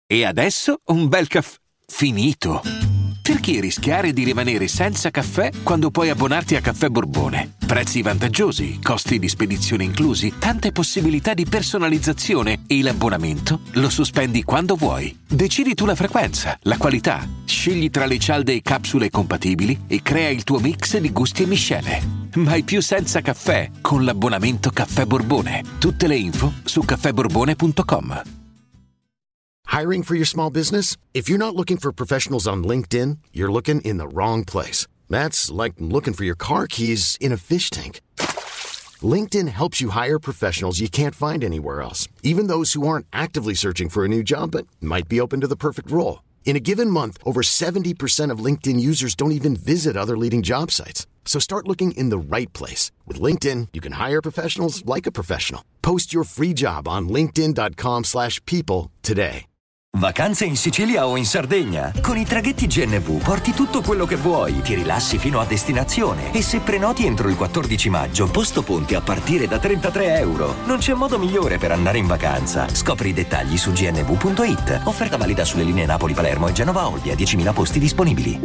E adesso un bel caffè finito. Perché rischiare di rimanere senza caffè quando puoi abbonarti a Caffè Borbone? Prezzi vantaggiosi, costi di spedizione inclusi, tante possibilità di personalizzazione e l'abbonamento lo sospendi quando vuoi. Decidi tu la frequenza, la qualità, scegli tra le cialde e capsule compatibili e crea il tuo mix di gusti e miscele. Mai più senza caffè con l'abbonamento Caffè Borbone. Tutte le info su caffèborbone.com. Hiring for your small business? If you're not looking for professionals on LinkedIn, you're looking in the wrong place. That's like looking for your car keys in a fish tank. LinkedIn helps you hire professionals you can't find anywhere else, even those who aren't actively searching for a new job but might be open to the perfect role. In a given month, over 70% of LinkedIn users don't even visit other leading job sites. So start looking in the right place. With LinkedIn, you can hire professionals like a professional. Post your free job on linkedin.com/people today. Vacanze in Sicilia o in Sardegna? Con i traghetti GNV porti tutto quello che vuoi, ti rilassi fino a destinazione e se prenoti entro il 14 maggio, posto ponti a partire da €33. Non c'è modo migliore per andare in vacanza. Scopri i dettagli su gnv.it. Offerta valida sulle linee Napoli-Palermo e Genova-Olbia, 10.000 posti disponibili.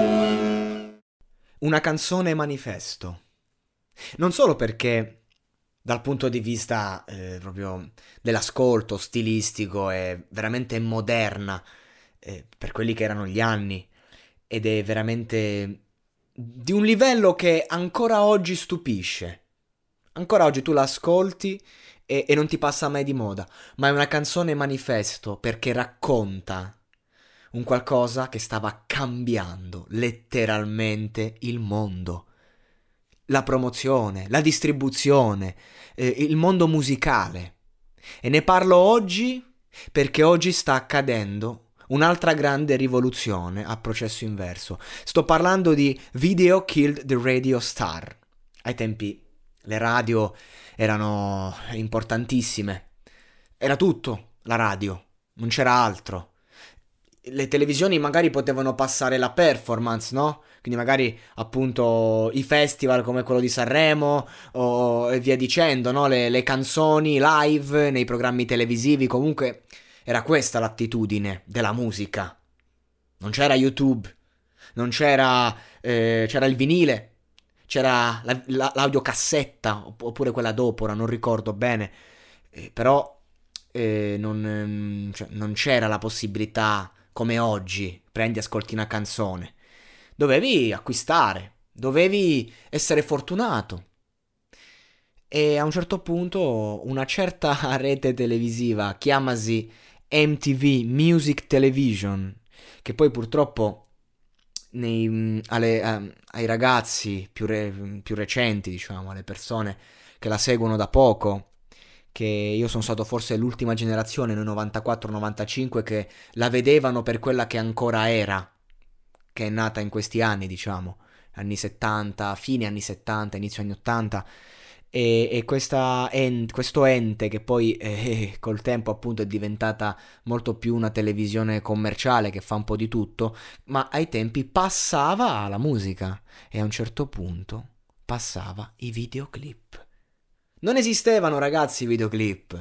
Una canzone manifesto. Non solo perché dal punto di vista proprio dell'ascolto stilistico è veramente moderna per quelli che erano gli anni ed è veramente di un livello che ancora oggi stupisce. Ancora oggi tu l'ascolti e non ti passa mai di moda, ma è una canzone manifesto perché racconta un qualcosa che stava cambiando letteralmente il mondo. La promozione, la distribuzione, il mondo musicale. E ne parlo oggi perché oggi sta accadendo un'altra grande rivoluzione a processo inverso. Sto parlando di Video Killed the Radio Star. Ai tempi le radio erano importantissime. Era tutto la radio, non c'era altro. Le televisioni magari potevano passare la performance, no? Quindi magari appunto i festival come quello di Sanremo e via dicendo, no? Le canzoni live nei programmi televisivi, comunque era questa l'attitudine della musica. Non c'era YouTube, non c'era c'era il vinile, c'era l'audiocassetta oppure quella dopo, ora non ricordo bene, però non c'era la possibilità come oggi, prendi e ascolti una canzone. Dovevi acquistare, dovevi essere fortunato. E a un certo punto una certa rete televisiva, chiamasi MTV Music Television, che poi purtroppo ai ragazzi più recenti, diciamo, alle persone che la seguono da poco, che io sono stato forse l'ultima generazione nel 94-95 che la vedevano per quella che ancora era, che è nata in questi anni, diciamo, anni 70, fine anni 70, inizio anni 80, e questo ente che poi col tempo appunto è diventata molto più una televisione commerciale che fa un po' di tutto, ma ai tempi passava la musica e a un certo punto passava i videoclip. Non esistevano, ragazzi, i videoclip.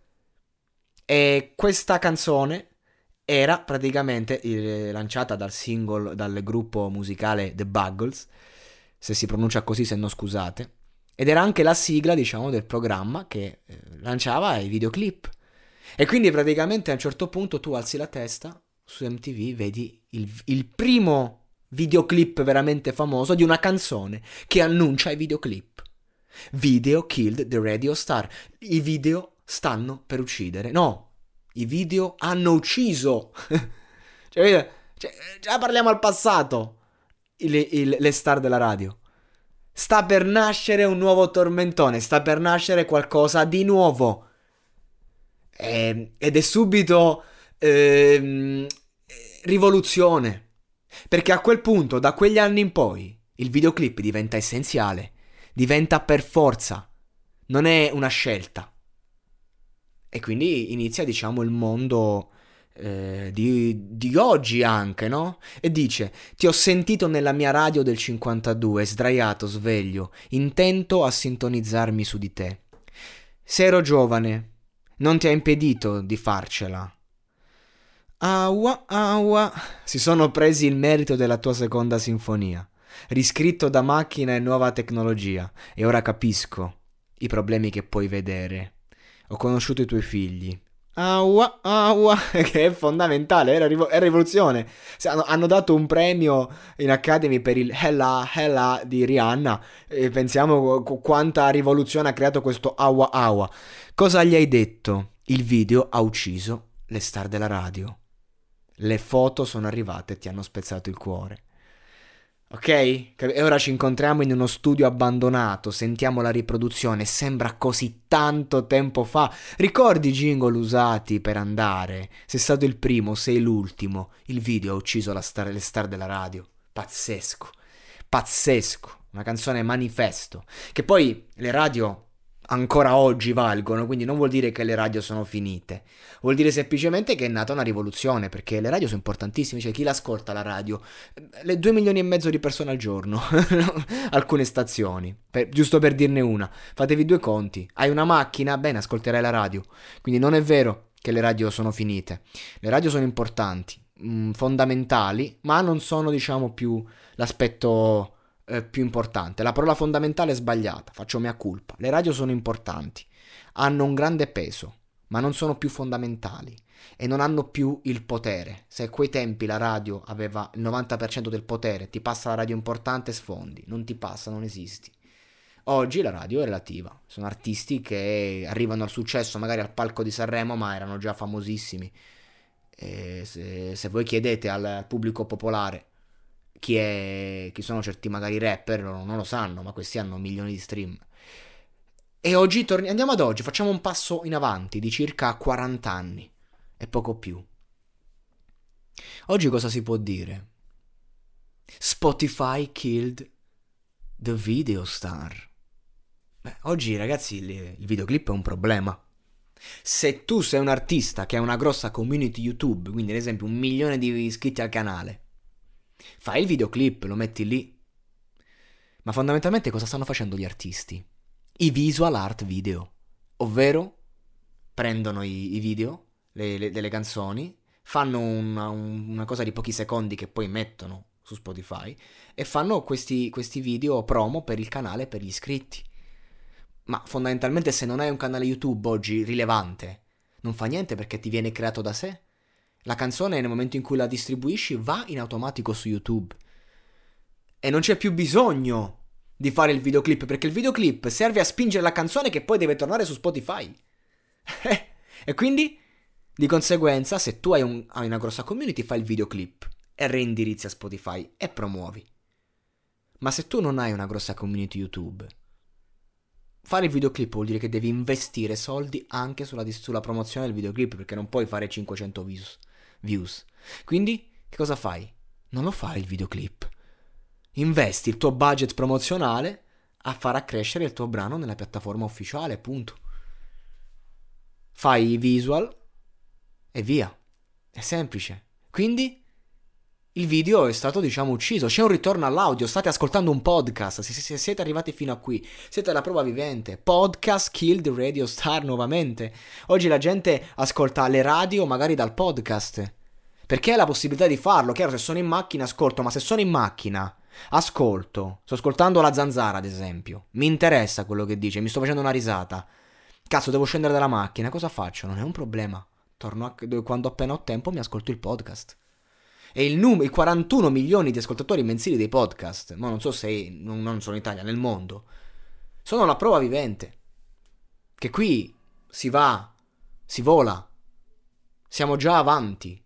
E questa canzone era praticamente lanciata dal gruppo musicale The Buggles, se si pronuncia così, se no scusate, ed era anche la sigla, diciamo, del programma che lanciava i videoclip. E quindi praticamente a un certo punto tu alzi la testa su MTV, vedi il primo videoclip veramente famoso di una canzone che annuncia i videoclip. Video Killed the Radio Star. I video stanno per uccidere. No, i video hanno ucciso. Già parliamo al passato. Le star della radio. Sta per nascere un nuovo tormentone. Sta per nascere qualcosa di nuovo. Ed è subito rivoluzione. Perché a quel punto, da quegli anni in poi, il videoclip diventa essenziale. Diventa per forza, non è una scelta. E quindi inizia, diciamo, il mondo di oggi anche, no? E dice: ti ho sentito nella mia radio del 52, sdraiato, sveglio, intento a sintonizzarmi su di te. Se ero giovane, non ti ha impedito di farcela. Aua, aua. Si sono presi il merito della tua seconda sinfonia, riscritto da macchina e nuova tecnologia, e ora capisco i problemi che puoi vedere. Ho conosciuto i tuoi figli. Aua, aua, che è fondamentale, è rivoluzione. Hanno dato un premio in Academy per il Hella Hella di Rihanna, e pensiamo quanta rivoluzione ha creato questo aua aua. Cosa gli hai detto? Il video ha ucciso le star della radio. Le foto sono arrivate e ti hanno spezzato il cuore. Ok? E ora ci incontriamo in uno studio abbandonato, sentiamo la riproduzione, sembra così tanto tempo fa. Ricordi i jingle usati per andare? Sei stato il primo, sei l'ultimo. Il video ha ucciso le star della radio. Pazzesco, pazzesco. Una canzone manifesto. Che poi le radio ancora oggi valgono, quindi non vuol dire che le radio sono finite, vuol dire semplicemente che è nata una rivoluzione, perché le radio sono importantissime, cioè chi l'ascolta la radio? Le 2 milioni e mezzo di persone al giorno, alcune stazioni, giusto per dirne una, fatevi due conti, hai una macchina, bene, ascolterai la radio, quindi non è vero che le radio sono finite, le radio sono importanti, fondamentali, ma non sono, diciamo, più l'aspetto più importante. La parola fondamentale è sbagliata, faccio mea culpa. Le radio sono importanti, hanno un grande peso, ma non sono più fondamentali e non hanno più il potere. Se a quei tempi la radio aveva il 90% del potere, ti passa la radio importante, sfondi, non ti passa, non esisti. Oggi la radio è relativa, sono artisti che arrivano al successo magari al palco di Sanremo, ma erano già famosissimi. E se voi chiedete al pubblico popolare chi sono certi magari rapper, non lo sanno, ma questi hanno milioni di stream. E oggi andiamo ad oggi, facciamo un passo in avanti di circa 40 anni e poco più. Oggi cosa si può dire? Spotify killed the video star. Beh, oggi ragazzi il videoclip è un problema. Se tu sei un artista che ha una grossa community YouTube, quindi ad esempio 1 milione di iscritti al canale, fai il videoclip, lo metti lì. Ma fondamentalmente cosa stanno facendo gli artisti? I visual art video, ovvero prendono i video, delle canzoni, fanno una cosa di pochi secondi che poi mettono su Spotify e fanno questi video promo per il canale, per gli iscritti. Ma fondamentalmente se non hai un canale YouTube oggi rilevante, non fa niente perché ti viene creato da sé. La canzone nel momento in cui la distribuisci va in automatico su YouTube e non c'è più bisogno di fare il videoclip, perché il videoclip serve a spingere la canzone che poi deve tornare su Spotify. E quindi di conseguenza se tu hai una grossa community fai il videoclip e reindirizzi a Spotify e promuovi. Ma se tu non hai una grossa community YouTube, fare il videoclip vuol dire che devi investire soldi anche sulla promozione del videoclip, perché non puoi fare 500 views. Quindi che cosa fai? Non lo fai il videoclip. Investi il tuo budget promozionale a far accrescere il tuo brano nella piattaforma ufficiale, punto. Fai i visual e via. È semplice. Quindi il video è stato, diciamo, ucciso. C'è un ritorno all'audio. State ascoltando un podcast. Se siete arrivati fino a qui, siete la prova vivente. Podcast killed radio star nuovamente. Oggi la gente ascolta le radio magari dal podcast, perché ha la possibilità di farlo. Chiaro, se sono in macchina ascolto, ma se sono in macchina sto ascoltando la Zanzara ad esempio, mi interessa quello che dice, mi sto facendo una risata, cazzo devo scendere dalla macchina, cosa faccio? Non è un problema, quando appena ho tempo mi ascolto il podcast. E i 41 milioni di ascoltatori mensili dei podcast, ma non so se non sono in Italia, nel mondo, sono la prova vivente che qui si va, si vola, siamo già avanti.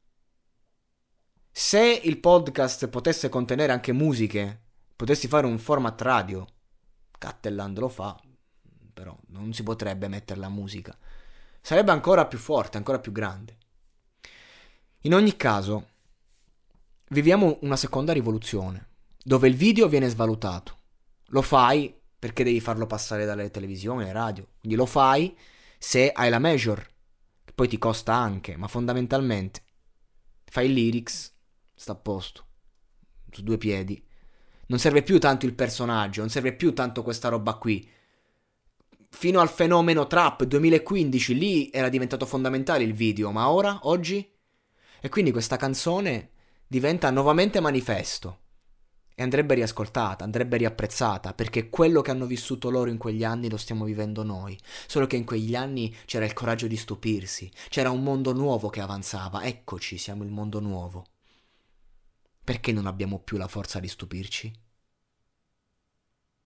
Se il podcast potesse contenere anche musiche, potessi fare un format radio, Cattelland lo fa, però non si potrebbe mettere la musica, sarebbe ancora più forte, ancora più grande. In ogni caso viviamo una seconda rivoluzione, dove il video viene svalutato. Lo fai perché devi farlo passare dalle televisioni, alle radio. Quindi lo fai se hai la major, che poi ti costa anche, ma fondamentalmente fai il lyrics, sta a posto, su due piedi. Non serve più tanto il personaggio, non serve più tanto questa roba qui. Fino al fenomeno trap 2015 lì era diventato fondamentale il video, ma ora, oggi, E quindi questa canzone diventa nuovamente manifesto e andrebbe riascoltata, andrebbe riapprezzata, perché quello che hanno vissuto loro in quegli anni lo stiamo vivendo noi, solo che in quegli anni c'era il coraggio di stupirsi, c'era un mondo nuovo che avanzava, eccoci, siamo il mondo nuovo. Perché non abbiamo più la forza di stupirci?